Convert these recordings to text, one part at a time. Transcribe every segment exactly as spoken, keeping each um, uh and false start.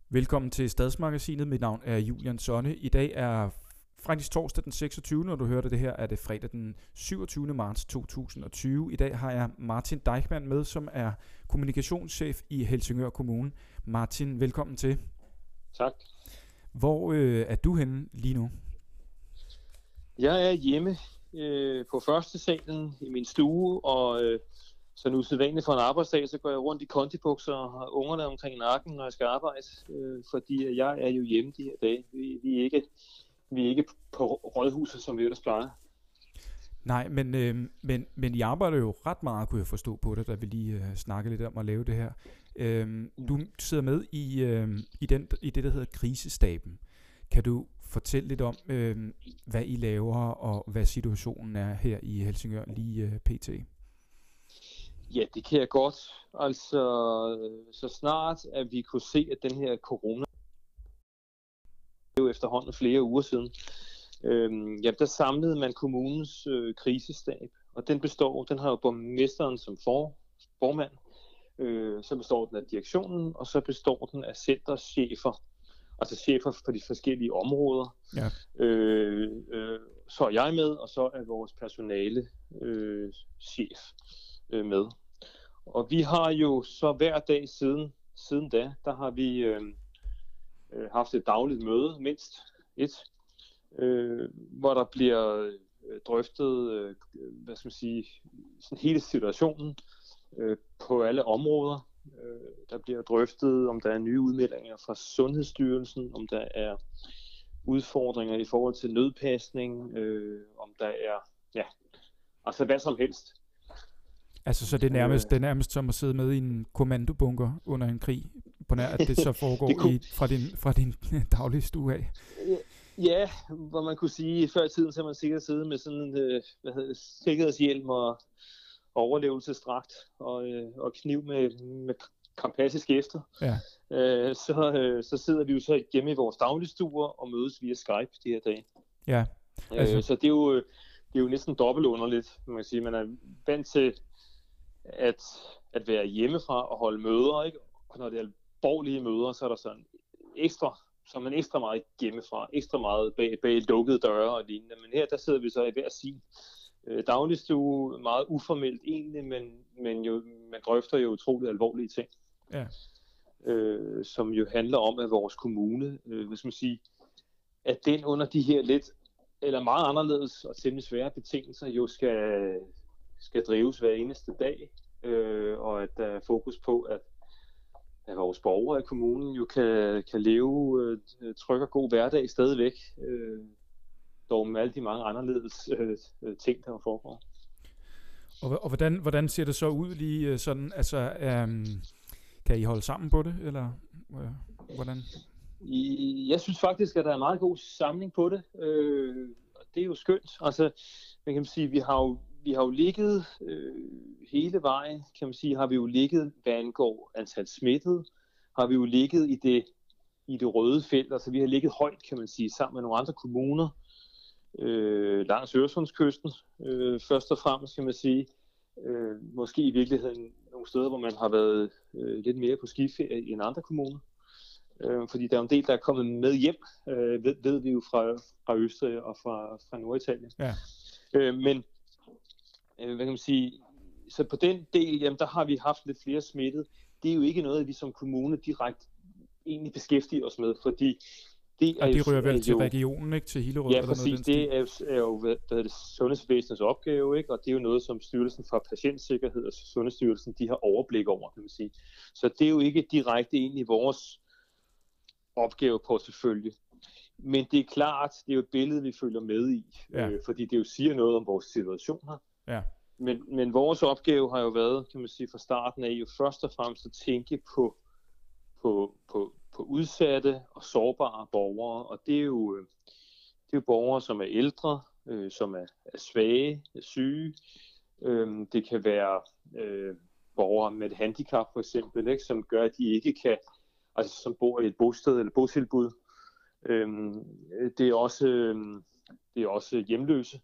Velkommen til Stadsmagasinet. Mit navn er Julian Sonne. I dag er faktisk torsdag den seksogtyvende Når du hører det her, er det fredag den syvogtyvende marts to tusind og tyve. I dag har jeg Martin Deichmann med, som er kommunikationschef i Helsingør Kommune. Martin, velkommen til. Tak. Hvor øh, er du henne lige nu? Jeg er hjemme øh, på første salen i min stue, og øh, så nu sædvanligt for en arbejdsdag, så går jeg rundt i kondibukser og har ungerne omkring nakken, når jeg skal arbejde, øh, fordi jeg er jo hjemme de her dage. Vi, vi, er, ikke, vi er ikke på rådhuset, som vi ellers plejer. Nej, men, øh, men, men I arbejder jo ret meget, kunne jeg forstå på det, da vi lige øh, snakkede lidt om at lave det her. Øh, du sidder med i, øh, i, den, i det, der hedder krisestaben. Kan du fortælle lidt om, øh, hvad I laver, og hvad situationen er her i Helsingør lige øh, pt? Ja, det kan jeg godt. Altså, så snart at vi kunne se, at den her corona, det er jo efterhånden flere uger siden, øhm, ja, der samlede man kommunens øh, krisestab, og den består, den har jo borgmesteren som for, formand, øh, så består den af direktionen, og så består den af centerchefer, altså chefer for de forskellige områder. Ja. Øh, øh, så er jeg med, og så er vores personale øh, chef øh, med. Og vi har jo så hver dag siden, siden da, der har vi øh, øh, haft et dagligt møde, mindst et, øh, hvor der bliver øh, drøftet, øh, hvad skal man sige, sådan hele situationen øh, på alle områder. Øh, der bliver drøftet, om der er nye udmeldinger fra Sundhedsstyrelsen, om der er udfordringer i forhold til nødpasning, øh, om der er, ja, altså hvad som helst. Altså, så det er nærmest, det er nærmest som at sidde med i en kommandobunker under en krig, på nær at det så foregår det kunne... i, fra, din, fra din daglige stue af. Ja, hvor man kunne sige, før i tiden, så man sikkert siddet med sådan en øh, hvad hedder det, sikkerhedshjelm og overlevelsesdragt og, øh, og kniv med, med kampassisk efter. Ja. Øh, så, øh, så sidder vi jo så hjemme i vores dagligstuer og mødes via Skype de her dage. Ja. Altså... Øh, så det er jo, det er jo næsten dobbelt underligt, man kan sige. Man er vant til at, at være hjemmefra og holde møder, ikke? Og når det er alvorlige møder, så er der sådan ekstra, så er man ekstra meget hjemmefra, ekstra meget bag, bag lukkede døre og lignende. Men her, der sidder vi så i hver sin øh, dagligstue, meget uformelt egentlig, men, men jo, man drøfter jo utroligt alvorlige ting. Ja. Øh, som jo handler om, at vores kommune, øh, hvis man siger, at den under de her lidt, eller meget anderledes og temmelig svære betingelser, jo skal, skal drives hver eneste dag, øh, og at der er fokus på, at, at vores borgere i kommunen jo kan, kan leve øh, tryg og god hverdag stadigvæk, øh, dog med alle de mange anderledes øh, ting, der foregår. Og, og hvordan, hvordan ser det så ud lige sådan, altså um, kan I holde sammen på det, eller øh, hvordan? Jeg synes faktisk, at der er en meget god samling på det, øh, og det er jo skønt. Altså, man kan sige, vi har jo, vi har jo ligget øh, hele vejen, kan man sige, har vi jo ligget, hvad angår antal smittede, har vi jo ligget i det, i det røde felt, altså vi har ligget højt, kan man sige, sammen med nogle andre kommuner, øh, langs Øresundskysten, øh, først og fremmest, kan man sige, øh, måske i virkeligheden nogle steder, hvor man har været øh, lidt mere på skiferie end andre kommuner. Øh, fordi der er en del, der er kommet med hjem, øh, ved, ved vi jo fra, fra Østrig og fra, fra Norditalien. Ja. Øh, men, øh, hvad kan man sige, så på den del, jamen, der har vi haft lidt flere smittet. Det er jo ikke noget, vi som kommune direkte egentlig beskæftiger os med, fordi det er og de jo... ryger vel jo, til regionen, ikke? Til Hillerød? Ja, præcis. Eller det er jo, er jo hvad hedder det, sundhedsvæsenets opgave, ikke? Og det er jo noget, som Styrelsen for Patientsikkerhed og Sundhedsstyrelsen, de har overblik over, kan man sige. Så det er jo ikke direkte egentlig vores opgaveportefølje. Men det er klart, det er jo et billede, vi følger med i, ja. øh, fordi det jo siger noget om vores situation her. Ja. Men, men vores opgave har jo været, kan man sige, fra starten af, jo først og fremmest at tænke på, på, på, på udsatte og sårbare borgere, og det er jo, det er jo borgere, som er ældre, øh, som er, er svage, er syge. Øh, det kan være øh, borgere med et handicap for eksempel, ikke, som gør, at de ikke kan, altså som bor i et bosted eller botilbud. Øhm, det er også øhm, det er også hjemløse.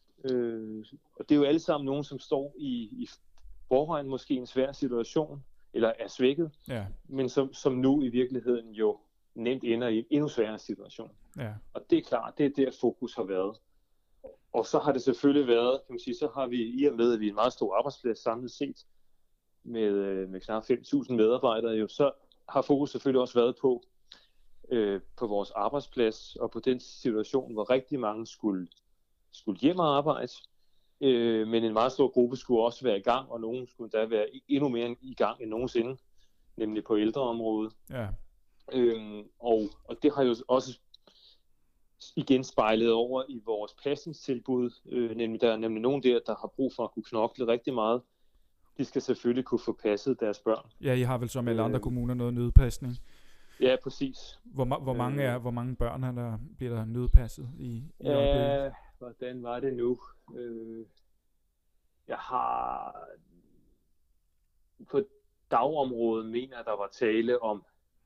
Øh, og det er jo alle sammen nogen, som står i, i forvejen måske en svær situation, eller er svækket, ja. men som, som nu i virkeligheden jo nemt ender i en endnu sværere situation. Ja. Og det er klart, det er der fokus har været. Og så har det selvfølgelig været, kan man sige, så har vi i og med, at vi er en meget stor arbejdsplads samlet set, med, med knap fem tusind medarbejdere, jo, så har fokus selvfølgelig også været på, øh, på vores arbejdsplads, og på den situation, hvor rigtig mange skulle, skulle hjem og arbejde, øh, men en meget stor gruppe skulle også være i gang, og nogen skulle da være endnu mere i gang end nogensinde, nemlig på ældreområdet. Ja. Øhm, og, og det har jo også igen spejlet over i vores pasningstilbud, øh, nemlig der er nemlig nogen der, der har brug for at kunne knokle rigtig meget. De skal selvfølgelig kunne få passet deres børn. Ja, I har vel som alle øh, andre kommuner noget nødpasning. Ja, præcis. Hvor, hvor mange er, øh, hvor mange børn er der, bliver der nødpasset i, i ja, hvordan var det nu? Øh, jeg har på dagområdet mener, der var tale om,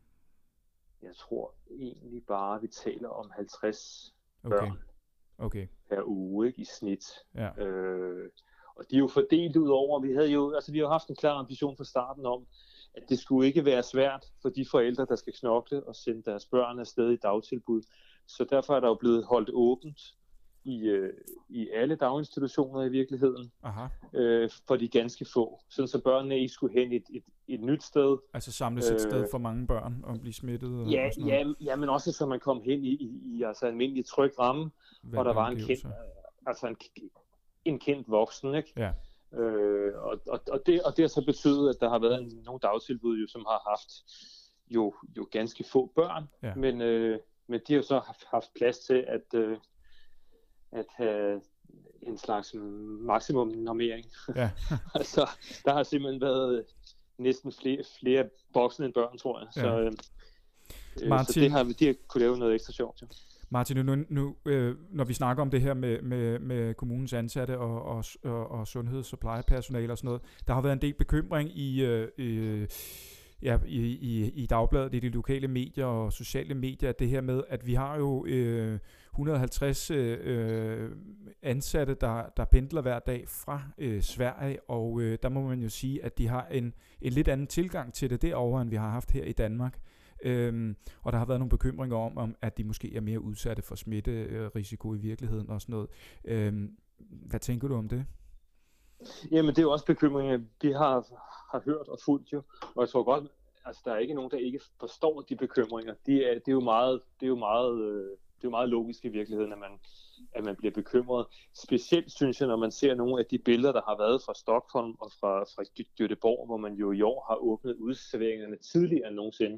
jeg tror egentlig bare, vi taler om halvtreds børn okay. Okay. per uge, ikke, i snit. Ja. Øh, og de er jo fordelt ud over, vi havde jo, altså vi har jo haft en klar ambition fra starten om, at det skulle ikke være svært for de forældre, der skal knokle og sende deres børn afsted i dagtilbud. Så derfor er der jo blevet holdt åbent i, øh, i alle daginstitutioner i virkeligheden, Aha. Øh, for de ganske få, sådan så børnene ikke skulle hen et, et, et nyt sted. Altså samles et øh, sted for mange børn og blive smittet? Og, ja, og sådan noget. ja, ja, men også så man kom hen i, i, i altså almindelig tryg ramme, og der var en kendt, altså en, en kendt voksen, ikke? Ja. Øh, og, og, og, det, og det har så betydet, at der har været en, nogle dagtilbud, jo, som har haft jo, jo ganske få børn, ja. men, øh, men de har jo så haft, haft plads til at, øh, at have en slags maksimum normering. Ja. Altså, der har simpelthen været næsten flere, flere voksne end børn, tror jeg. Ja. Så, øh, Martin, så det har de har kunne lave noget ekstra sjovt. Ja. Martin, nu, nu øh, når vi snakker om det her med, med, med kommunens ansatte og, og, og, og sundheds- og plejepersonale og sådan noget, der har været en del bekymring i, øh, øh, ja, i, i, i dagbladet, i de lokale medier og sociale medier, at det her med, at vi har jo øh, et hundrede og halvtreds øh, ansatte, der, der pendler hver dag fra øh, Sverige, og øh, der må man jo sige, at de har en, en lidt anden tilgang til det derovre, end vi har haft her i Danmark. Øhm, og der har været nogle bekymringer om, om, at de måske er mere udsatte for smitterisiko i virkeligheden og sådan noget. Øhm, hvad tænker du om det? Jamen det er jo også bekymringer, vi har, har hørt og fulgt jo, og jeg tror godt, altså der er ikke nogen, der ikke forstår de bekymringer. De er, det er jo meget, det er jo meget, det er jo meget logisk i virkeligheden, at man, at man bliver bekymret. Specielt synes jeg, når man ser nogle af de billeder, der har været fra Stockholm og fra, fra Göteborg, hvor man jo i år har åbnet udserveringerne tidligere end nogensinde.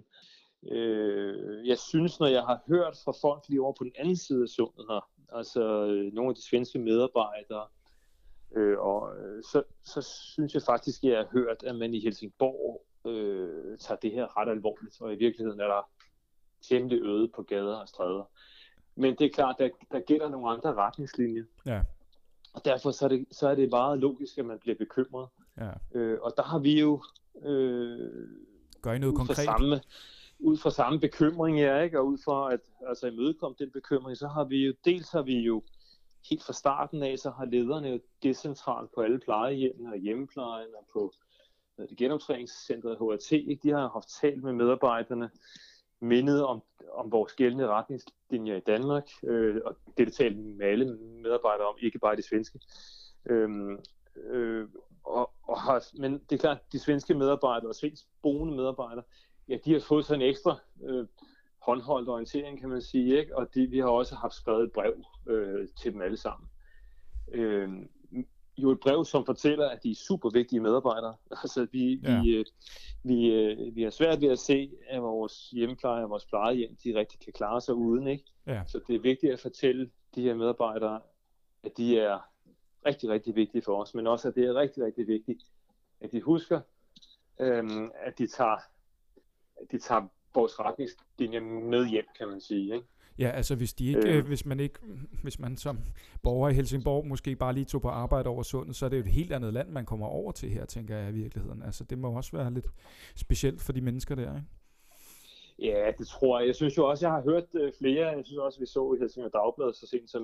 Øh, jeg synes, når jeg har hørt fra folk lige over på den anden side af sundet her, altså nogle af de svenske medarbejdere, øh, og så, så synes jeg faktisk, at jeg har hørt, at man i Helsingborg øh, tager det her ret alvorligt, og i virkeligheden er der temmelig øde på gader og stræder. Men det er klart, der, der gælder nogle andre retningslinjer. Ja. Og derfor så er, det, så er det meget logisk, at man bliver bekymret. Ja. Øh, og der har vi jo øh, Gør I noget konkret? Samme, ud fra samme bekymring, ja, ikke? Og ud fra at altså imødekomme den bekymring, så har vi jo, dels har vi jo helt fra starten af, så har lederne jo decentralt på alle plejehjemmene og hjemmeplejen og på det genoptræningscentret H R T, ikke? De har haft talt med medarbejderne, mindet om, om vores gældende retningslinjer i Danmark, øh, og det er det talt med alle medarbejdere om, ikke bare de svenske. Øhm, øh, og, og har, men det er klart, de svenske medarbejdere og svensk boende medarbejdere, ja, de har fået sådan en ekstra øh, håndholdt orientering, kan man sige, ikke? Og de, vi har også haft skrevet et brev øh, til dem alle sammen. Øh, jo et brev, som fortæller, at de er super vigtige medarbejdere. Altså, vi, ja. vi, øh, vi, øh, vi har svært ved at se, at vores hjemmepleje og vores plejehjem, de rigtig kan klare sig uden, ikke? Ja. Så det er vigtigt at fortælle de her medarbejdere, at de er rigtig, rigtig vigtige for os, men også, at det er rigtig, rigtig vigtigt, at de husker, øh, at de tager de tager vores retningslinjer med hjem, kan man sige, ikke? Ja, altså hvis de ikke, øh. hvis man ikke, hvis man som borger i Helsingborg måske bare lige tog på arbejde over sundet, så er det jo et helt andet land, man kommer over til her, tænker jeg i virkeligheden. Altså det må også være lidt specielt for de mennesker der, ikke? Ja, det tror jeg. Jeg synes jo også, jeg har hørt øh, flere, jeg synes også, vi så i Helsingør Dagblad så sent som i,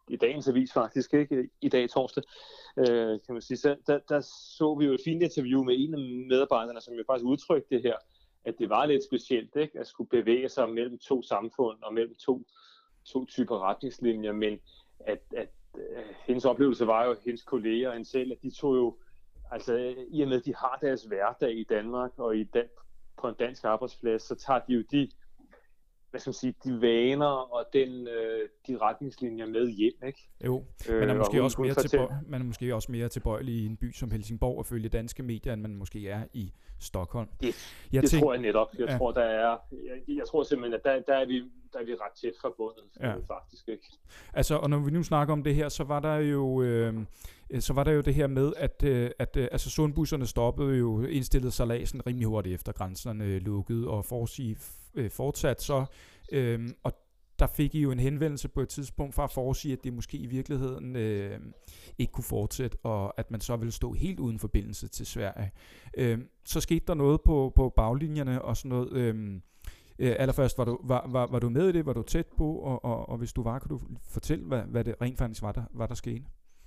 i dagens avis faktisk, ikke? I dag torsdag, øh, kan man sige. Så der, der så vi jo et fint interview med en af medarbejderne, som jo faktisk udtrykte det her, at det var lidt specielt, ikke? At skulle bevæge sig mellem to samfund og mellem to, to typer retningslinjer, men at, at øh, hendes oplevelse var jo, hendes kolleger og hende selv, at de tog jo, altså i og med, at de har deres hverdag i Danmark og i dan- på en dansk arbejdsplads, så tager de jo de, hvad skal man sige, de vaner og den, øh, de retningslinjer med hjem, ikke? Jo, man er, måske øh, også mere tilbøj- man er måske også mere tilbøjelig i en by som Helsingborg og følge danske medier, end man måske er i Stockholm. Det, jeg det tænk- tror jeg netop. Jeg ja. tror, der er, jeg, jeg tror simpelthen, at der, der, er vi, der er vi ret tæt forbundet, ja. faktisk, ikke? Altså, og når vi nu snakker om det her, så var der jo, øh, så var der jo det her med, at, øh, at øh, altså sundbusserne stoppede jo, indstillede sejladsen rimelig hurtigt efter grænserne lukkede, og Forsig øh, fortsat så, øh, og der fik I jo en henvendelse på et tidspunkt fra Forsig, at det måske i virkeligheden øh, ikke kunne fortsætte, og at man så ville stå helt uden forbindelse til Sverige. Øh, så skete der noget på, på baglinjerne og sådan noget. Øh, øh, allerførst, var du, var, var, var du med i det? Var du tæt på? Og, og, og hvis du var, kan du fortælle, hvad, hvad det rent faktisk var, der, var der skete?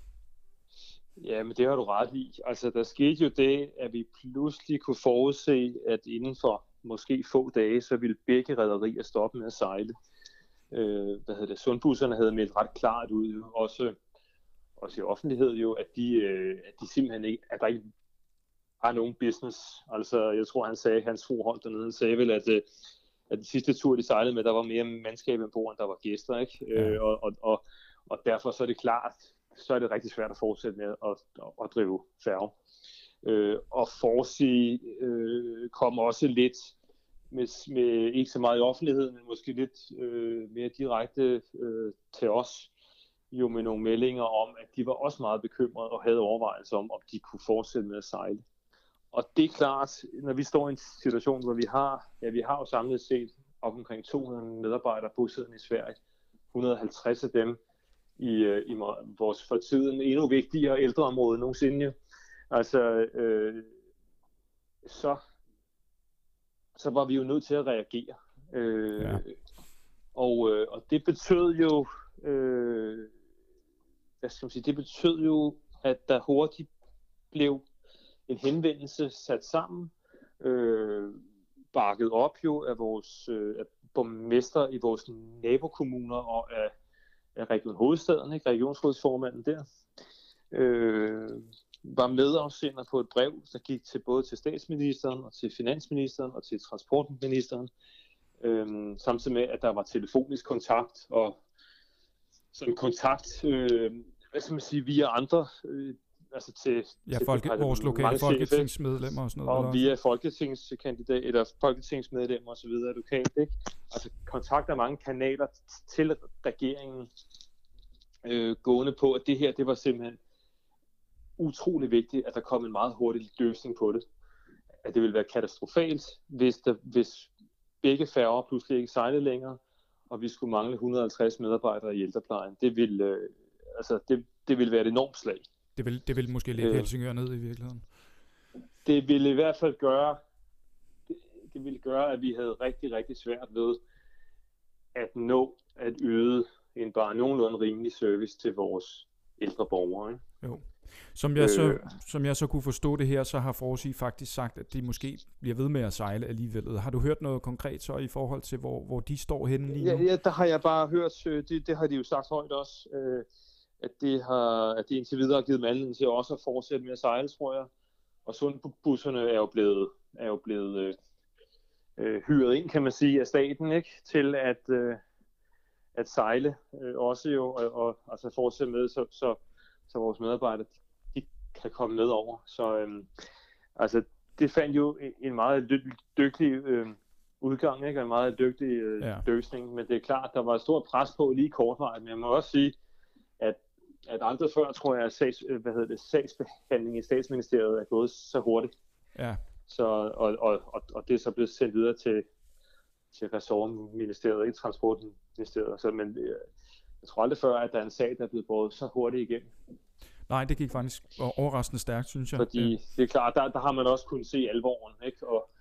Ja, men det har du ret i. Altså, der skete jo det, at vi pludselig kunne forudse, at inden for måske få dage, så ville begge rederier stoppe med at sejle. Øh, hvad hedder det? Sundbusserne havde meldt ret klart ud, jo. Også, også i offentlighed jo, at de, øh, at de simpelthen ikke, at der ikke er nogen business. Altså, jeg tror, han sagde, hans fru holdt dernede, han sagde vel, at, øh, at den sidste tur, de sejlede med, der var mere mandskab end bord, end der var gæster, ikke? Ja. Øh, og, og, og, og derfor så er det klart, så er det rigtig svært at fortsætte med at, at, at drive færge. Øh, og Forsig øh, kom også lidt med, med ikke så meget i offentligheden, men måske lidt øh, mere direkte øh, til os, jo med nogle meldinger om, at de var også meget bekymrede og havde overvejelser om, om de kunne fortsætte med at sejle. Og det er klart, når vi står i en situation, hvor vi har, ja, vi har jo samlet set op omkring to hundrede medarbejdere bosiddende i Sverige, et hundrede og halvtreds af dem i, i vores for tiden endnu vigtigere ældreområde nogensinde. Altså, øh, så, så var vi jo nødt til at reagere. Øh, ja. og, øh, og det betød jo, øh, hvad skal man sige, det betød jo, at der hurtigt blev en henvendelse sat sammen, øh, bakket op jo af vores øh, af borgmester i vores nabokommuner og af af Region Hovedstaden, ikke? Regionsrådsformanden der, øh, var medafsender på et brev, der gik til både til statsministeren og til finansministeren og til transportministeren, øh, samtidig med, at der var telefonisk kontakt og sådan kontakt, øh, hvad skal man sige, via andre, øh, altså til, ja, til folke, vores lokale folketingsmedlemmer og sådan noget. Og via folketingskandidat eller folketingsmedlemmer og så videre lokalt, ikke? Altså kontakter mange kanaler til regeringen, øh, gående på, at det her, det var simpelthen utrolig vigtigt, at der kom en meget hurtig løsning på det. At det ville være katastrofalt, hvis, der, hvis begge færger pludselig ikke sejlede længere, og vi skulle mangle et hundrede og halvtreds medarbejdere i ældreplejen. Det ville, øh, altså, det, det ville være et enormt slag. Det vil, det vil måske lægge øh, Helsingør ned i virkeligheden. Det ville i hvert fald gøre, det, det ville gøre, at vi havde rigtig, rigtig svært ved at nå at yde en bare nogenlunde rimelig service til vores ældre borgere. Ikke? Jo. Som jeg, så, øh, som jeg så kunne forstå det her, så har Forsig faktisk sagt, at de måske bliver ved med at sejle alligevel. Har du hørt noget konkret så i forhold til, hvor, hvor de står henne lige nu? Ja, ja, der har jeg bare hørt, det, det har de jo sagt højt også, øh, at det har, at det indtil videre har givet dem anledning til også at fortsætte med at sejle, tror jeg. Og sundbusserne er jo blevet, er jo blevet øh, øh, hyret ind, kan man sige, af staten, ikke, til at, øh, at sejle øh, også jo, og, og altså fortsætte med, så, så, så vores medarbejdere de kan komme med over. Så øh, altså, det fandt jo en meget dygtig øh, udgang, ikke, og en meget dygtig øh, ja. løsning, men det er klart, der var et stort pres på lige kortvarigt, men jeg må også sige, at at aldrig før, tror jeg, at sags, hvad hedder det, sagsbehandling i statsministeriet er gået så hurtigt. Ja. Så, og, og, og, og det er så blevet sendt videre til, til ressortministeriet, ikke transportministeriet. Så, men jeg tror aldrig før, at der er en sag, der er blevet båret så hurtigt igennem. Nej, det gik faktisk overraskende stærkt, synes jeg. Fordi det er klart, der, der har man også kunnet se alvoren, ikke? Og,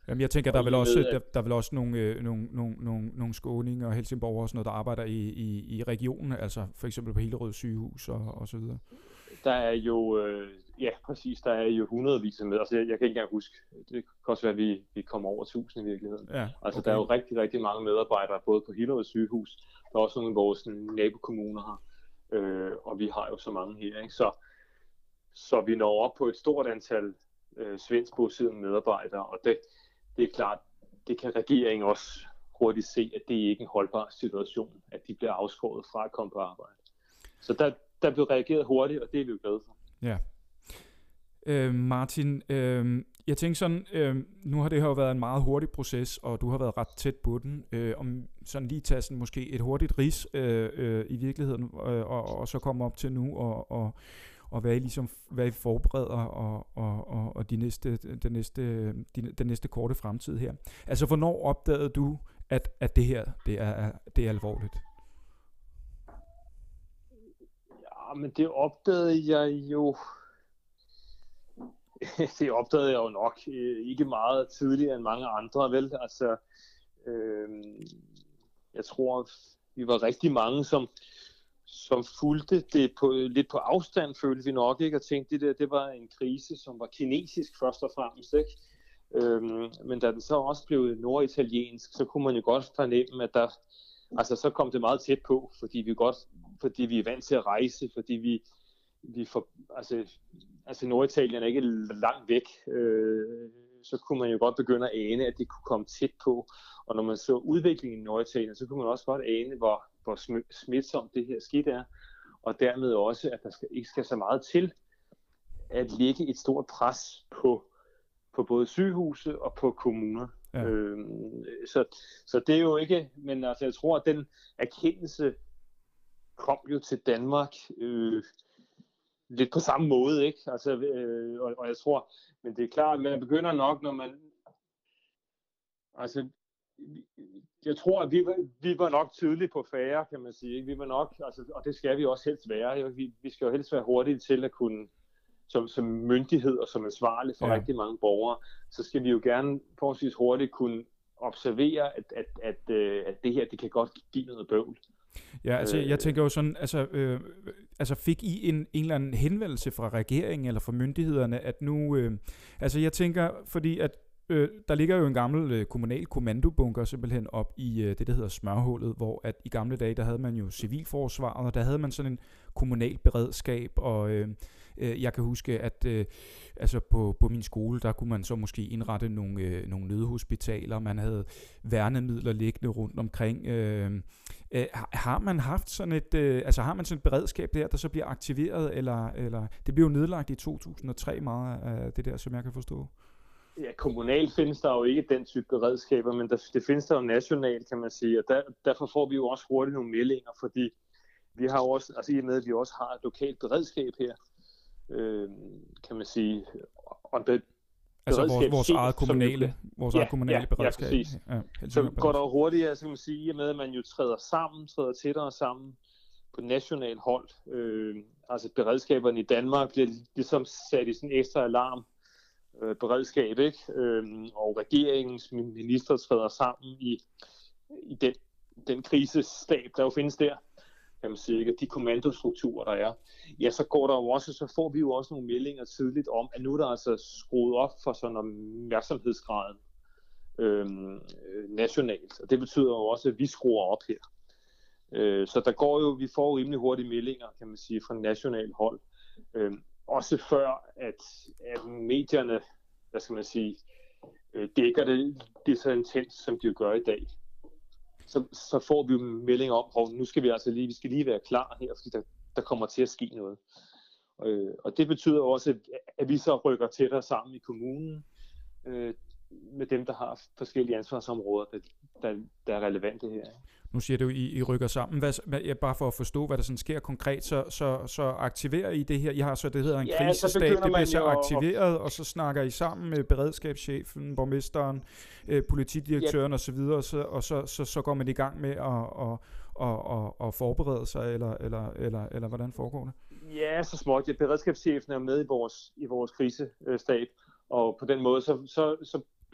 Jamen, jeg tænker, der er vel også, der, der er vel også nogle, øh, nogle, nogle, nogle, nogle skåninger og Helsingborg og sådan noget, der arbejder i, i, i regionen, altså for eksempel på Hillerød sygehus og, og så videre. Der er jo, øh, ja præcis, der er jo hundredvis af med, altså jeg, jeg kan ikke engang huske, det kan også være, at vi, vi kommer over tusind i virkeligheden. Ja, altså okay. Der er jo rigtig, rigtig mange medarbejdere, både på Hillerød sygehus, der er også nogle af vores nabokommuner her, øh, og vi har jo så mange her, ikke? Så, så vi når op på et stort antal øh, svenskbosiddende medarbejdere, og det, det er klart, det kan regeringen også hurtigt se, at det ikke er en holdbar situation, at de bliver afskåret fra at komme på arbejde. Så der, der blev reageret hurtigt, og det er vi jo glade for. Ja. Øh, Martin, øh, jeg tænker sådan, øh, nu har det her jo været en meget hurtig proces, og du har været ret tæt på den. Øh, om sådan lige tage sådan måske et hurtigt rids øh, øh, i virkeligheden, øh, og, og så komme op til nu, og, og, og hvad I ligesom, hvad I forbereder, og, og, og, og de næste, den, næste, de, den næste korte fremtid her. Altså, hvornår opdagede du, at, at det her, det er, det er alvorligt? Ja, men det opdagede jeg jo... det opdagede jeg jo nok ikke meget tidligere end mange andre, vel? Altså, øh, jeg tror, vi var rigtig mange, som, som fulgte det på, lidt på afstand, følte vi nok, ikke? Og tænkte, det der, det var en krise, som var kinesisk først og fremmest, ikke? Øh, men da den så også blev norditaliensk, så kunne man jo godt fornemme, at der, altså så kom det meget tæt på, fordi vi godt, fordi vi er vant til at rejse, fordi vi, vi får, altså, Altså Norditalien er ikke langt væk, øh, så kunne man jo godt begynde at ane, at det kunne komme tæt på. Og når man så udviklingen i Norditalien, så kunne man også godt ane, hvor, hvor smitsomt det her skidt er. Og dermed også, at der skal, ikke skal så meget til at lægge et stort pres på, på både sygehuse og på kommuner. Ja. Øh, så, så det er jo ikke, men altså, jeg tror, at den erkendelse kom jo til Danmark øh, lidt på samme måde, ikke? Altså, øh, og, og jeg tror, men det er klart, at man begynder nok, når man, altså, jeg tror, at vi var, vi var nok tydelige på færre, kan man sige, ikke? Vi var nok, altså, og det skal vi også helst være, vi, vi skal jo helst være hurtige til at kunne, som, som myndighed og som ansvarlig for ja. rigtig mange borgere, så skal vi jo gerne forholdsvis hurtigt kunne observere, at, at, at, at det her, det kan godt give noget bøvl. Ja, altså jeg tænker jo sådan, altså, øh, altså fik I en, en eller anden henvendelse fra regeringen eller fra myndighederne, at nu, øh, altså jeg tænker, fordi at øh, der ligger jo en gammel øh, kommunal kommandobunker simpelthen op i øh, det, der hedder Smørhullet, hvor at i gamle dage, der havde man jo civilforsvaret, og der havde man sådan en kommunal beredskab, og øh, øh, jeg kan huske, at øh, altså på, på min skole, der kunne man så måske indrette nogle, øh, nogle nødhospitaler, man havde værnemidler liggende rundt omkring. Øh, øh, har man haft sådan et, øh, altså har man sådan et beredskab der, der så bliver aktiveret, eller, eller det blev jo nedlagt i to tusind og tre meget af det der, som jeg kan forstå? Ja, kommunalt findes der jo ikke den type beredskaber, men der, det findes der jo nationalt, kan man sige, og der, derfor får vi jo også hurtigt nogle meldinger, fordi vi har jo også, altså i og med, at vi også har et lokalt beredskab her, øh, kan man sige, og be, altså vores, vores eget kommunale, vores ja, eget kommunale ja, beredskab. Ja, præcis. Ja, så går der jo hurtigt, så kan man sige, i og med, at man jo træder sammen, træder tættere sammen på national hold, øh, altså beredskaberne i Danmark bliver ligesom sat i sådan en ekstra alarm, beredskab, ikke? Øhm, og regeringens minister træder sammen i, i den, den krisestab, der jo findes der, kan man sige, ikke? De kommandostrukturer, der er. Ja, så går der jo også, så får vi jo også nogle meldinger tidligt om, at nu er der altså skruet op for sådan opmærksomhedsgraden øhm, nationalt, og det betyder jo også, at vi skruer op her. Øh, så der går jo, vi får rimelig hurtige meldinger, kan man sige, fra national hold. Øhm, Også før, at, at medierne, hvad skal man sige, dækker det, det så intens, som de jo gør i dag. Så, så får vi jo meldinger om, at nu skal vi altså lige, vi skal lige være klar her, fordi der, der kommer til at ske noget. Og, og det betyder også, at vi så rykker tættere sammen i kommunen, øh, med dem, der har forskellige ansvarsområder, der, der, der er relevante her. Nu siger du, I, I rykker sammen. Hvad, hvad, bare for at forstå, hvad der sådan sker konkret, så, så, så aktiverer I det her. I har så, det hedder en ja, krisestab, det bliver så aktiveret, og så snakker I sammen med beredskabschefen, borgmesteren, øh, politidirektøren ja. osv., og, så, og så, så, så går man i gang med at, at, at, at, at forberede sig, eller, eller, eller, eller hvordan foregår det? Ja, så småt. Ja, beredskabschefen er med i vores, i vores krisestab, og på den måde, så, så, så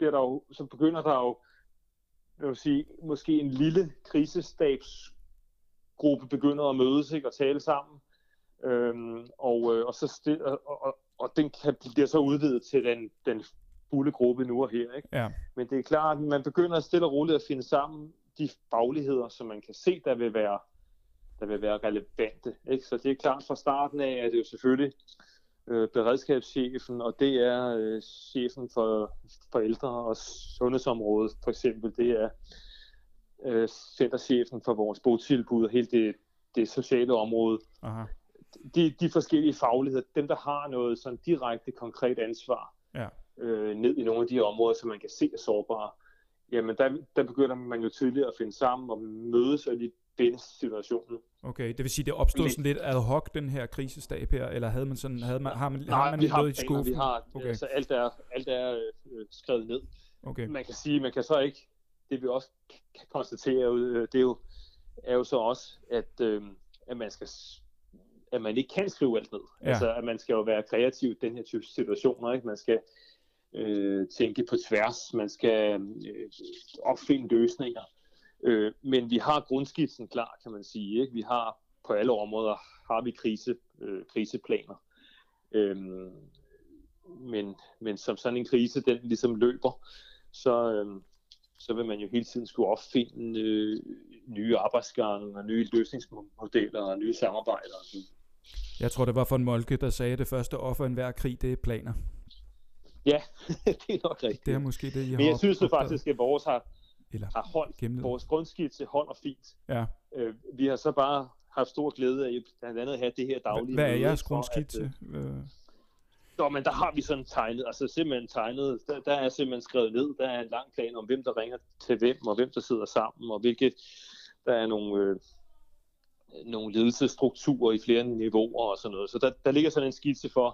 bliver der jo, så begynder der jo, jeg vil sige, måske en lille krisestabsgruppe begynder at mødes, ikke, og tale sammen. Øhm, og, øh, og, så stil, og, og, og den kan, bliver så udvidet til den, den fulde gruppe nu og her. Ikke? Ja. Men det er klart, at man begynder stille og roligt at finde sammen de fagligheder, som man kan se, der vil være, der vil være relevante. Ikke? Så det er klart fra starten af, at det er jo selvfølgelig øh, beredskabschefen, og det er øh, chefen for, for ældre- og sundhedsområdet for eksempel. Det er øh, centerchefen for vores botilbud og hele det, det sociale område. Aha. De, de forskellige fagligheder, dem der har noget sådan direkte konkret ansvar, ja. øh, ned i nogle af de områder, som man kan se er sårbare, jamen der, der begynder man jo tydeligt at finde sammen og mødes og lige binde situationen. Okay, det vil sige, det opstod sådan lidt ad hoc, den her krisestab her, eller havde man sådan, havde man, har man, Nej, har man vi lidt har noget i skuffen? Vi har, okay. altså alt er, alt er øh, skrevet ned. Okay. Man kan sige, man kan så ikke, det vi også kan konstatere, øh, det er jo, er jo så også, at, øh, at man skal at man ikke kan skrive alt ned. Ja. Altså, at man skal jo være kreativ i den her type situationer, ikke? Man skal øh, tænke på tværs, man skal øh, opfinde løsninger. Øh, men vi har grundskitsen klar, kan man sige, ikke? Vi har på alle områder, har vi krise, øh, kriseplaner. Øh, men, men som sådan en krise, den ligesom løber, så, øh, så vil man jo hele tiden skulle opfinde øh, nye arbejdsgange og nye løsningsmodeller og nye samarbejder. Jeg tror, det var von Moltke, der sagde, at det første offer i enhver krig, det er planer. Ja, det er nok rigtigt. Det er måske det, I har. Men jeg synes jo faktisk, at vores har, Eller har holdt, gennemled. Vores grundskitse holder fint. Ja. Øh, vi har så bare haft stor glæde af blandt andet at have det her daglige. Hvad er jeres grundskitse? Øh... Nå, men der har vi sådan tegnet, altså simpelthen tegnet, der, der er simpelthen skrevet ned, der er en lang plan om, hvem der ringer til hvem, og hvem der sidder sammen, og hvilke, der er nogle... Øh, nogle ledelsesstrukturer i flere niveauer og sådan noget. Så der, der ligger sådan en skitse for,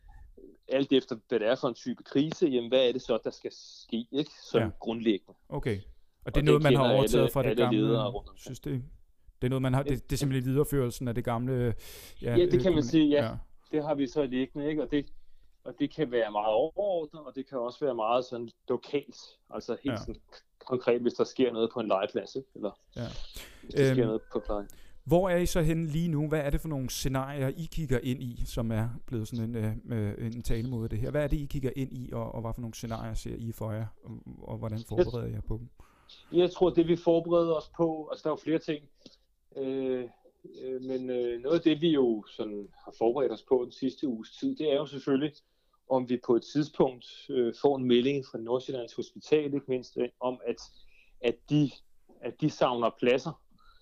alt efter hvad det er for en type krise, jamen hvad er det så, der skal ske, ikke? Som ja. Grundlæggende. Okay. Og det er og noget, man har overtaget alle, fra det gamle system? Det er noget, man har, det, det er simpelthen videreførelsen af det gamle... Ja, ja det kan man sige, ja. ja. Det har vi så liggende, ikke? Og det, og det kan være meget overordnet, og det kan også være meget sådan lokalt. Altså helt ja. sådan konkret, hvis der sker noget på en legeplads, ikke? Eller ja. hvis der øhm, sker noget på pleje. Hvor er I så henne lige nu? Hvad er det for nogle scenarier, I kigger ind i, som er blevet sådan en, øh, en talemåde af det her? Hvad er det, I kigger ind i, og, og hvad for nogle scenarier ser I for jer, og, og hvordan forbereder I jer på dem? Jeg tror, det vi forbereder os på, altså der er jo flere ting, øh, øh, men øh, noget af det, vi jo sådan har forberedt os på den sidste uges tid, det er jo selvfølgelig, om vi på et tidspunkt øh, får en melding fra Nordsjællands Hospital, ikke mindst, øh, om at, at, de, at de savner pladser.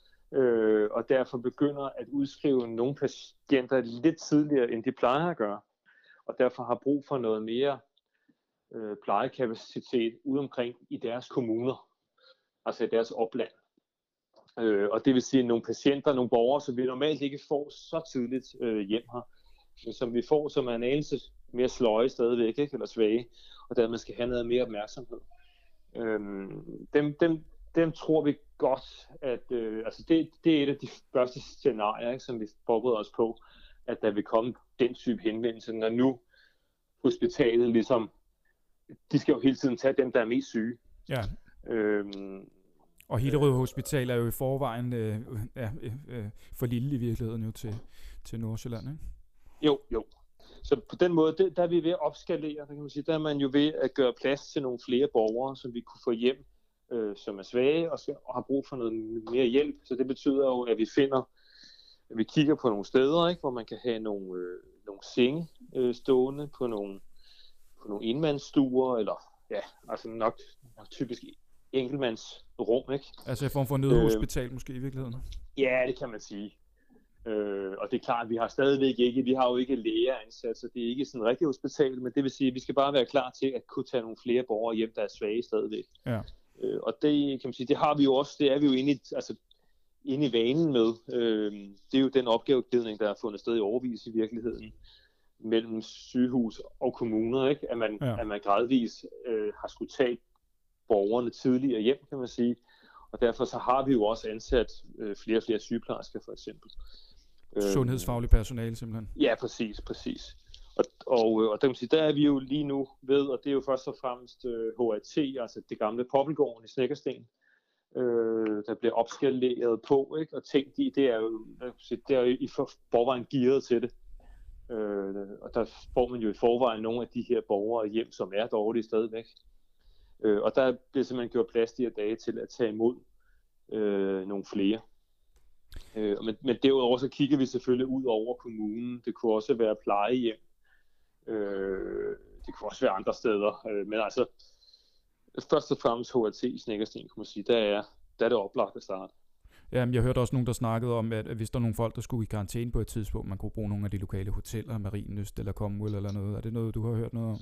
Øh, og derfor begynder at udskrive nogle patienter lidt tidligere, end de plejer at gøre. Og derfor har brug for noget mere øh, plejekapacitet ude omkring i deres kommuner, altså i deres opland. Øh, og det vil sige, at nogle patienter, nogle borgere, som vi normalt ikke får så tidligt øh, hjem her, men som vi får, som er en anelse mere sløje stadigvæk, ikke? Eller svage, og dermed skal have noget mere opmærksomhed. Øh, dem, dem Dem tror vi godt, at øh, altså det, det er et af de første scenarier, ikke, som vi forbereder os på, at der vil komme den type henvendelse, når nu hospitalet ligesom, de skal jo hele tiden tage dem, der er mest syge. Ja. Øhm, og Hillerød Hospital er jo i forvejen øh, ja, øh, for lille i virkeligheden jo til, til Nordsjælland, ikke? Jo, jo. Så på den måde, det, der er vi ved at opskalere, der kan man sige, der er man jo ved at gøre plads til nogle flere borgere, som vi kunne få hjem, Øh, som er svage og, skal, og har brug for noget mere hjælp. Så det betyder jo, at vi finder, at vi kigger på nogle steder, ikke, hvor man kan have nogle, øh, nogle senge øh, stående på nogle, på nogle enmandsstuer, eller ja, altså nok, nok typisk enkeltmandsrum, ikke? Altså i form for nødhospital øh, måske i virkeligheden? Ja, det kan man sige. Øh, og det er klart, at vi har stadigvæk ikke, vi har jo ikke læger ansat, så det er ikke sådan et rigtigt hospital, men det vil sige, at vi skal bare være klar til at kunne tage nogle flere borgere hjem, der er svage stadigvæk. Ja. Øh, og det kan man sige, det har vi jo også, det er vi jo inde i, altså, inde i vanen med. Øh, det er jo den opgaveglidning, der er fundet sted i overvis i virkeligheden mellem sygehus og kommuner, ikke? At man, ja. at man gradvis øh, har skulle tage borgerne tidligere hjem, kan man sige. Og derfor så har vi jo også ansat øh, flere og flere sygeplejersker, for eksempel. Sundhedsfaglig personale simpelthen. Ja, præcis, præcis. Og, og, og der, kan man sige, der er vi jo lige nu ved, og det er jo først og fremmest øh, H A T, altså det gamle Poppelgården i Snekkersten, øh, der bliver opskaleret på, ikke? Og tænkt i, det er jo, der, sige, det er jo i forvejen gearet til det. Øh, og der får man jo i forvejen nogle af de her borgere hjem, som er dårlige stadigvæk. Øh, og der bliver simpelthen gjort plads de her dage til at tage imod øh, nogle flere. Øh, men, men derudover så kigger vi selvfølgelig ud over kommunen. Det kunne også være plejehjem. Øh, det kunne også være andre steder. Øh, men altså, først og fremmest H A T i Snekkersten, kunne man sige, der er, der er det oplagt at starte. Jamen, jeg hørte også nogen, der snakkede om, at hvis der er nogle folk, der skulle i karantæne på et tidspunkt, man kunne bruge nogle af de lokale hoteller, Marienlyst eller Commonwealth eller noget. Er det noget, du har hørt noget om?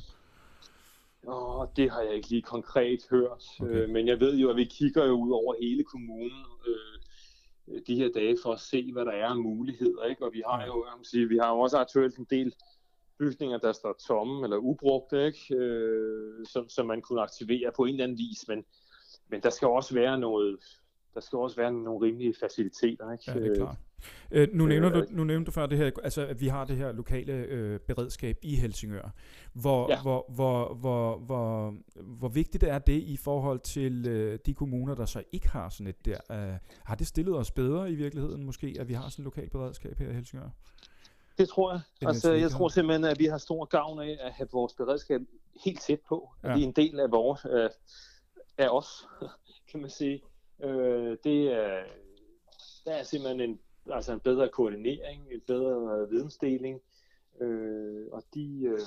Åh, det har jeg ikke lige konkret hørt. Okay. Øh, men jeg ved jo, at vi kigger jo ud over hele kommunen øh, de her dage for at se, hvad der er af muligheder. Ikke? Og vi har jo, jeg må sige, vi har jo også aktuelt en del bygninger, der står tomme eller ubrugte, ikke? Øh, som, som man kunne aktivere på en eller anden vis. Men, men der skal også være noget... Der skal også være nogle rimelige faciliteter, ikke? Ja, det er klart. Øh, nu, nævner du, nu nævner du før det her, altså at vi har det her lokale øh, beredskab i Helsingør. Hvor, ja. hvor, hvor, hvor, hvor, hvor vigtigt er det i forhold til øh, de kommuner, der så ikke har sådan et der? Øh, har det stillet os bedre i virkeligheden måske, at vi har sådan et lokalt beredskab her i Helsingør? Det tror jeg. Altså, jeg tror simpelthen, at vi har stor gavn af at have vores beredskab helt tæt på. Ja. Det er en del af vores, øh, af os, kan man sige. Øh, det er, der er simpelthen en, altså en bedre koordinering, en bedre vidensdeling, øh, og de, øh,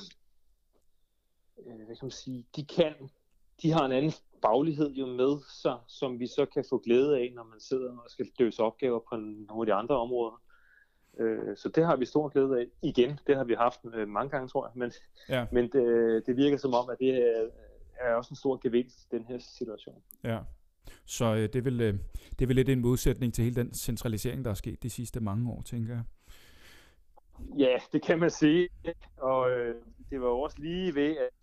hvad kan man sige, de kan, de har en anden faglighed jo med sig, som vi så kan få glæde af, når man sidder og skal løse opgaver på nogle af de andre områder. Øh, så det har vi stor glæde af. Igen, det har vi haft øh, mange gange, tror jeg, men, ja. men det, det virker som om, at det er, er også en stor gevinst i den her situation. Ja. Så øh, det, er vel, øh, det er vel lidt en modsætning til hele den centralisering, der er sket de sidste mange år, tænker jeg. Ja, det kan man sige. Og øh, det var jo også lige ved, at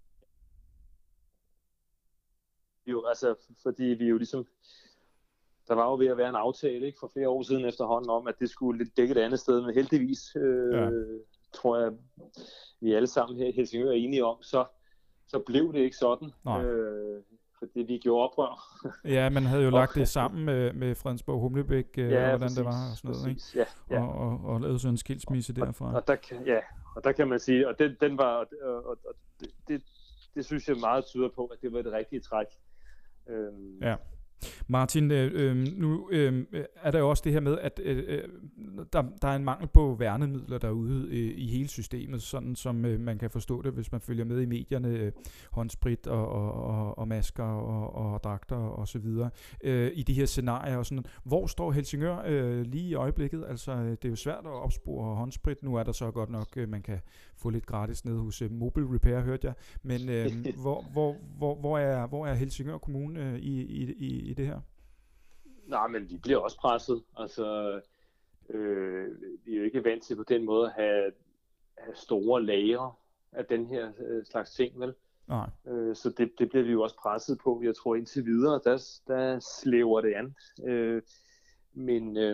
jo, altså, fordi vi jo ligesom, der var jo ved at være en aftale, ikke, for flere år siden efterhånden om, at det skulle lidt dække et andet sted, men heldigvis, øh, ja. tror jeg, vi alle sammen her i Helsingør er enige om, så, så blev det ikke sådan. Øh, fordi vi gjorde oprør. Ja, man havde jo lagt det sammen med, med Fredensborg Humlebæk, ja, hvordan præcis, det var og sådan noget, præcis, ikke? Ja, ja. Og, og, og lavede sådan en skilsmisse derfra. Og, og der kan, ja, og der kan man sige, og den, den var, og, og, og det, det, det synes jeg meget tyder på, at det var det rigtige træk. Øhm. Ja. Martin, øh, øh, nu øh, er der jo også det her med, at øh, der, der er en mangel på værnemidler derude øh, i hele systemet, sådan som øh, man kan forstå det, hvis man følger med i medierne, øh, håndsprit og, og, og, og masker og, og dragter og så videre, øh, i de her scenarier og sådan. Hvor står Helsingør øh, lige i øjeblikket? Altså, det er jo svært at opspore håndsprit. Nu er der så godt nok, øh, man kan få lidt gratis nede hos øh, Mobile Repair, hørte jeg. Men øh, hvor, hvor, hvor, hvor, er, hvor er Helsingør Kommune øh, i, i, i i det her? Nej, men vi bliver også presset. Altså, øh, vi er jo ikke vant til på den måde at have, have store lagre af den her øh, slags ting, vel? Nej. Øh, så det, det bliver vi jo også presset på. Jeg tror indtil videre, der, der slæver det an. Øh, men øh,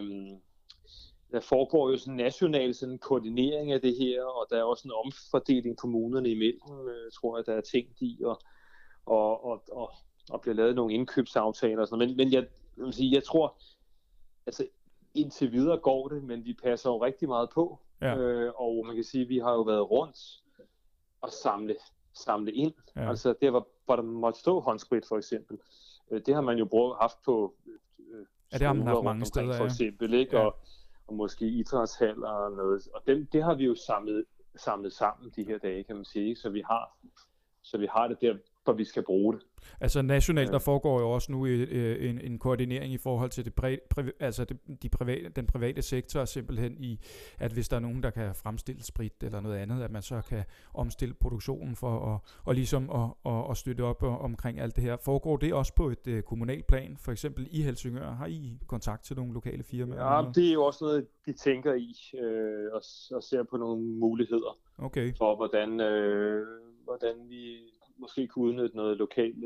der foregår jo sådan national sådan koordinering af det her, og der er også en omfordeling kommunerne imellem, øh, tror jeg, der er tænkt i, og, og, og, og og bliver lavet nogle indkøbsaftaler og sådan noget. Men, men jeg, jeg, vil sige, jeg tror, altså indtil videre går det, men vi passer jo rigtig meget på. Ja. Øh, og man kan sige, at vi har jo været rundt og samle, samle ind. Ja. Altså der, hvor, hvor der måtte stå håndsprit for eksempel. Øh, det har man jo brugt, haft på øh, ja, det har man haft mange steder, for eksempel, ikke? Ja. Og, og måske idrætshaller og noget. Og dem, det har vi jo samlet, samlet sammen de her dage, kan man sige. Så vi har, så vi har det der, hvor vi skal bruge det. Altså nationalt, der foregår jo også nu en, en koordinering i forhold til det priv, priv, altså det, de private, den private sektor, simpelthen i, at hvis der er nogen, der kan fremstille sprit eller noget andet, at man så kan omstille produktionen for at, og ligesom at, at, at støtte op omkring alt det her. Foregår det også på et uh, kommunalt plan, for eksempel i Helsingør? Har I kontakt til nogle lokale firmaer? Ja, det er jo også noget, vi tænker i øh, og, og ser på nogle muligheder okay. for, hvordan, øh, hvordan vi måske kunne udnytte noget lokal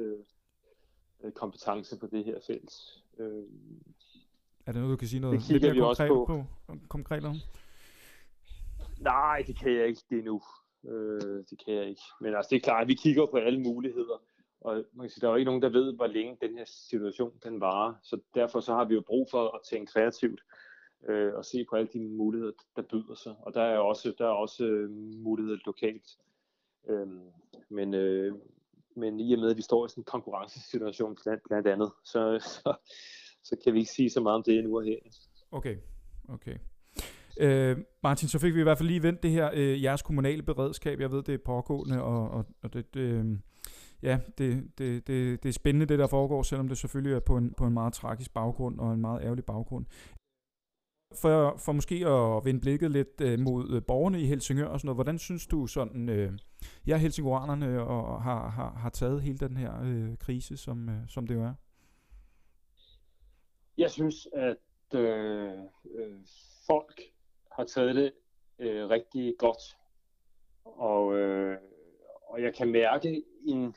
øh, kompetence på det her felt. Øh, er det noget, du kan sige noget det lidt mere konkret på? på? Konkret om? Nej, det kan jeg ikke det nu. Øh, det kan jeg ikke. Men altså, det er klart, at vi kigger på alle muligheder. Og man kan sige, der er jo ikke nogen, der ved, hvor længe den her situation den varer. Så derfor så har vi jo brug for at tænke kreativt øh, og se på alle de muligheder, der byder sig. Og der er også, der er også øh, muligheder lokalt. Øhm, men, øh, men i og med, at vi står i sådan en konkurrencesituation blandt, blandt andet, så, så, så kan vi ikke sige så meget om det nu og her. Okay, okay. Øh, Martin, så fik vi i hvert fald lige vendt det her, øh, jeres kommunale beredskab. Jeg ved, det er pågående, og, og, og det, det, ja, det, det, det, det er spændende, det der foregår, selvom det selvfølgelig er på en, på en meget tragisk baggrund og en meget ærgerlig baggrund. For, for måske at vende blikket lidt øh, mod øh, borgerne i Helsingør og sådan noget, hvordan synes du sådan, øh, ja, helsingøranerne og har, har, har taget hele den her øh, krise, som, øh, som det jo er? Jeg synes, at øh, øh, folk har taget det øh, rigtig godt, og, øh, og jeg kan mærke en,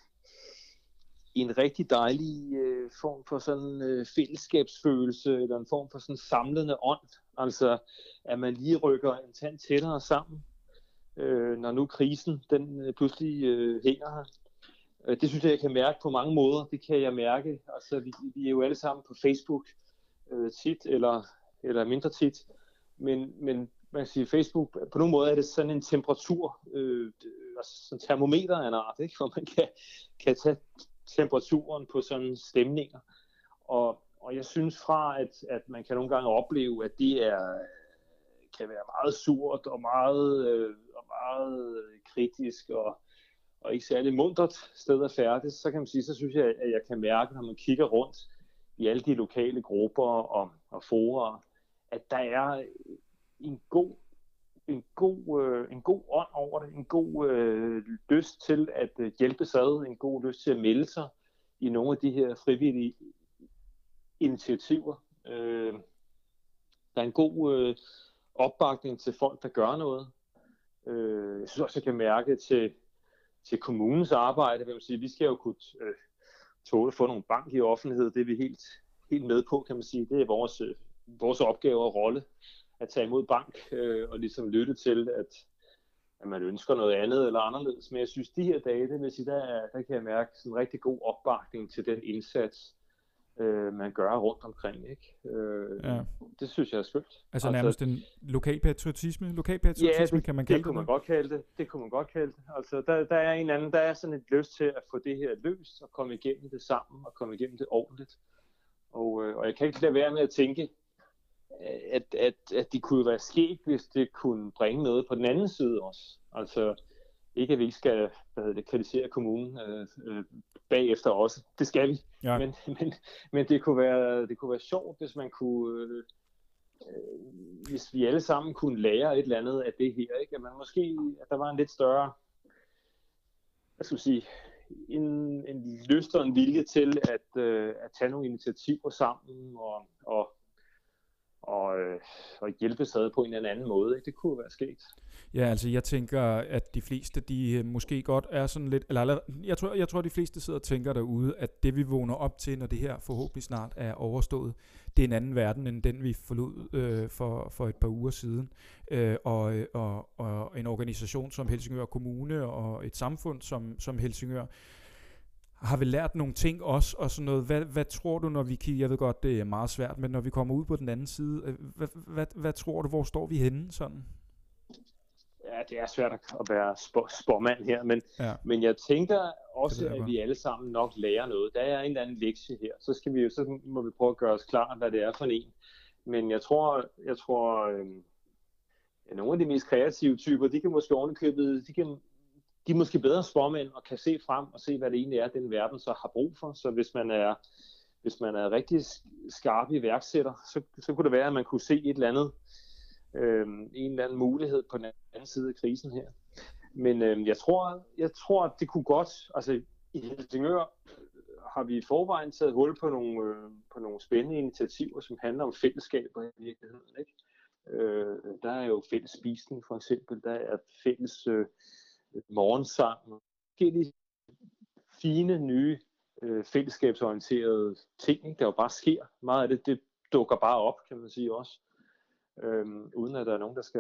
en rigtig dejlig øh, form for sådan øh, fællesskabsfølelse, eller en form for sådan samlende ånd, altså at man lige rykker en tand tættere sammen, øh, når nu krisen den øh, pludselig øh, hænger her. Det synes jeg, jeg kan mærke på mange måder. Det kan jeg mærke. Altså, vi, vi er jo alle sammen på Facebook øh, tit, eller, eller mindre tit. Men, men man kan sige, Facebook, på nogle måder er det sådan en temperatur, øh, altså sådan en termometer af en art, ikke? Hvor man kan, kan tage temperaturen på sådan stemninger. Og, og jeg synes fra, at, at man kan nogle gange opleve, at det er, kan være meget surt og meget, øh, og meget kritisk og og ikke særlig muntert sted at færdes, så kan man sige, så synes jeg, at jeg kan mærke, når man kigger rundt i alle de lokale grupper og, og forer, at der er en god, en god, øh, en god ånd over det, en god øh, lyst til at øh, hjælpe sig, en god lyst til at melde sig i nogle af de her frivillige initiativer. Øh, der er en god øh, opbakning til folk, der gør noget. Øh, jeg synes også, jeg kan mærke til til kommunens arbejde, vil man sige, vi skal jo kunne øh, tåle at få nogle bank i offentlighed, det er vi helt, helt med på, kan man sige. Det er vores, øh, vores opgave og rolle at tage imod bank øh, og ligesom lytte til, at, at man ønsker noget andet eller anderledes. Men jeg synes, de her dage, det vil sige, der, der kan jeg mærke sådan en rigtig god opbakning til den indsats, øh, man gør rundt omkring, ikke? Øh, ja. Det synes jeg er skønt. Altså, altså nærmest en lokal patriotisme, lokal patriotisme, ja, det, kan man kalde det? det kunne man godt kalde det. Det kunne man godt kalde det. Altså, der, der er en anden, der er sådan et lyst til at få det her løst og komme igennem det sammen og komme igennem det ordentligt. Og, øh, og jeg kan ikke lade være med at tænke, at, at, at det kunne være sket, hvis det kunne bringe noget på den anden side også. Altså, ikke at vi ikke skal hvad hedder det, kritisere kommunen øh, øh, bagefter også. Det skal vi. Ja. Men, men, men det, kunne være, det kunne være sjovt, hvis man kunne, øh, øh, hvis vi alle sammen kunne lære et eller andet af det her. Ikke? At man måske, at der var en lidt større, hvad skal man sige, en, en lyst og en vilje til at, øh, at tage nogle initiativer sammen og, og Og, øh, og hjælpe sig på en eller anden måde, ikke? Det kunne være sket. Ja, altså jeg tænker, at de fleste, de måske godt er sådan lidt, eller jeg tror, jeg tror, de fleste sidder og tænker derude, at det vi vågner op til, når det her forhåbentlig snart er overstået, det er en anden verden, end den vi forlod øh, for, for et par uger siden. Øh, og, og, og en organisation som Helsingør Kommune og et samfund som, som Helsingør, har vi lært nogle ting også, og sådan noget. Hvad, hvad tror du, når vi kigger, jeg ved godt, det er meget svært, men når vi kommer ud på den anden side, hvad, hvad, hvad tror du, hvor står vi henne sådan? Ja, det er svært at være spor- spormand her, men, ja. men jeg tænker også, at vi alle sammen nok lærer noget. Der er en eller anden lektie her, så skal vi jo, så må vi prøve at gøre os klar, hvad det er for en. Men jeg tror, jeg tror, øh, ja, nogle af de mest kreative typer, de kan måske ovenikøbet, de kan De er måske bedre spormænd og kan se frem og se, hvad det egentlig er, den verden så har brug for. Så hvis man er, hvis man er rigtig skarp iværksætter, så, så kunne det være, at man kunne se et eller andet, øh, en eller anden mulighed på den anden side af krisen her. Men øh, jeg tror, jeg tror, at det kunne godt, altså i Helsingør har vi i forvejen taget hul på nogle, øh, på nogle spændende initiativer, som handler om fællesskaber i virkeligheden, ikke? Øh, der er jo fælles spisning for eksempel, der er fælles øh, morgensang, forskellige fine, nye, øh, fællesskabsorienterede ting, ikke? Der jo bare sker. Meget af det, det dukker bare op, kan man sige også. Øhm, uden at der er nogen, der skal,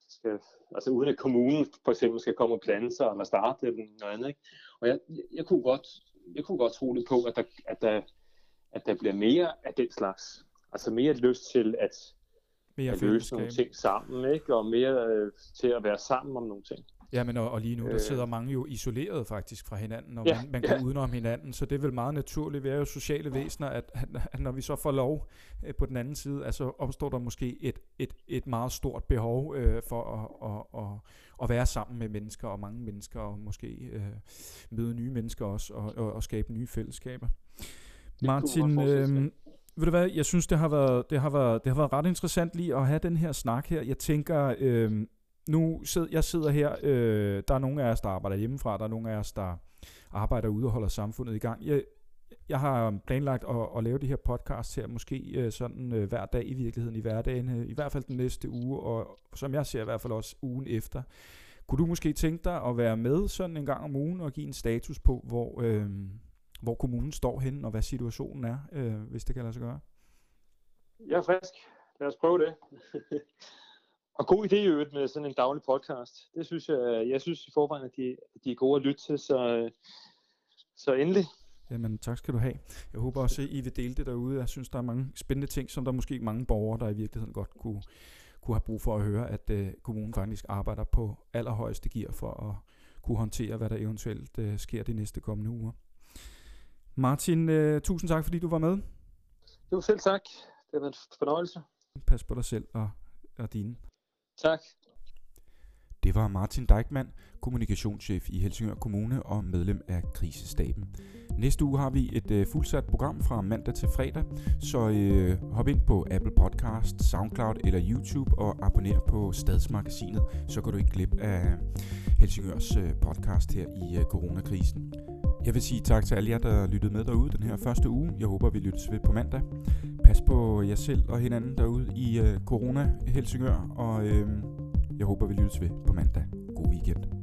skal, altså uden at kommunen for eksempel skal komme og blande sig eller starte eller noget andet, ikke? Og jeg, jeg, jeg kunne godt, jeg kunne godt tro lidt på, at der, at der, at der bliver mere af den slags, altså mere lyst til at, at løse nogle ting sammen, ikke? Og mere øh, til at være sammen om nogle ting. Ja, men og, og lige nu, der sidder mange jo isoleret faktisk fra hinanden, og ja, man, man går ja. udenom hinanden, så det er vel meget naturligt, vi er jo sociale væsener, at, at, at når vi så får lov øh, på den anden side, altså opstår der måske et, et, et meget stort behov øh, for at, at, at, at være sammen med mennesker, og mange mennesker, og måske øh, møde nye mennesker også, og, og, og skabe nye fællesskaber. Martin, øh, ved du hvad, jeg synes, det har været, det har været, det har været ret interessant lige at have den her snak her. Jeg tænker... Øh, Nu sidder jeg sidder her, øh, der er nogle af os, der arbejder hjemmefra, der er nogle af os, der arbejder ude og holder samfundet i gang. Jeg, jeg har planlagt at, at lave de her podcasts her, måske øh, sådan øh, hver dag i virkeligheden, i hverdagen, øh, i hvert fald den næste uge, og som jeg ser i hvert fald også ugen efter. Kunne du måske tænke dig at være med sådan en gang om ugen og give en status på, hvor, øh, hvor kommunen står henne, og hvad situationen er, øh, hvis det kan lade sig gøre? Jeg er frisk. Lad os prøve det. Og god idé i øvrigt med sådan en daglig podcast. Det synes jeg, jeg synes i forvejen, at de, de er gode at lytte til, så, så endelig. Jamen tak skal du have. Jeg håber også, at I vil dele det derude. Jeg synes, der er mange spændende ting, som der måske ikke mange borgere, der i virkeligheden godt kunne, kunne have brug for at høre, at uh, kommunen faktisk arbejder på allerhøjeste gear for at kunne håndtere, hvad der eventuelt uh, sker de næste kommende uger. Martin, uh, tusind tak, fordi du var med. Jo, selv tak. Det har været en fornøjelse. Pas på dig selv og, og dine. Tak. Det var Martin Deichmann, kommunikationschef i Helsingør Kommune og medlem af krisestaben. Næste uge har vi et øh, fuldsat program fra mandag til fredag, så øh, hop ind på Apple Podcast, SoundCloud eller YouTube og abonner på Stadsmagasinet, så går du ikke glip af Helsingørs øh, podcast her i øh, coronakrisen. Jeg vil sige tak til alle jer, der lyttede med derude den her første uge. Jeg håber, vi lyttes ved på mandag. Pas på jer selv og hinanden derude i øh, corona Helsingør, og øh, jeg håber, vi lyttes ved på mandag. God weekend.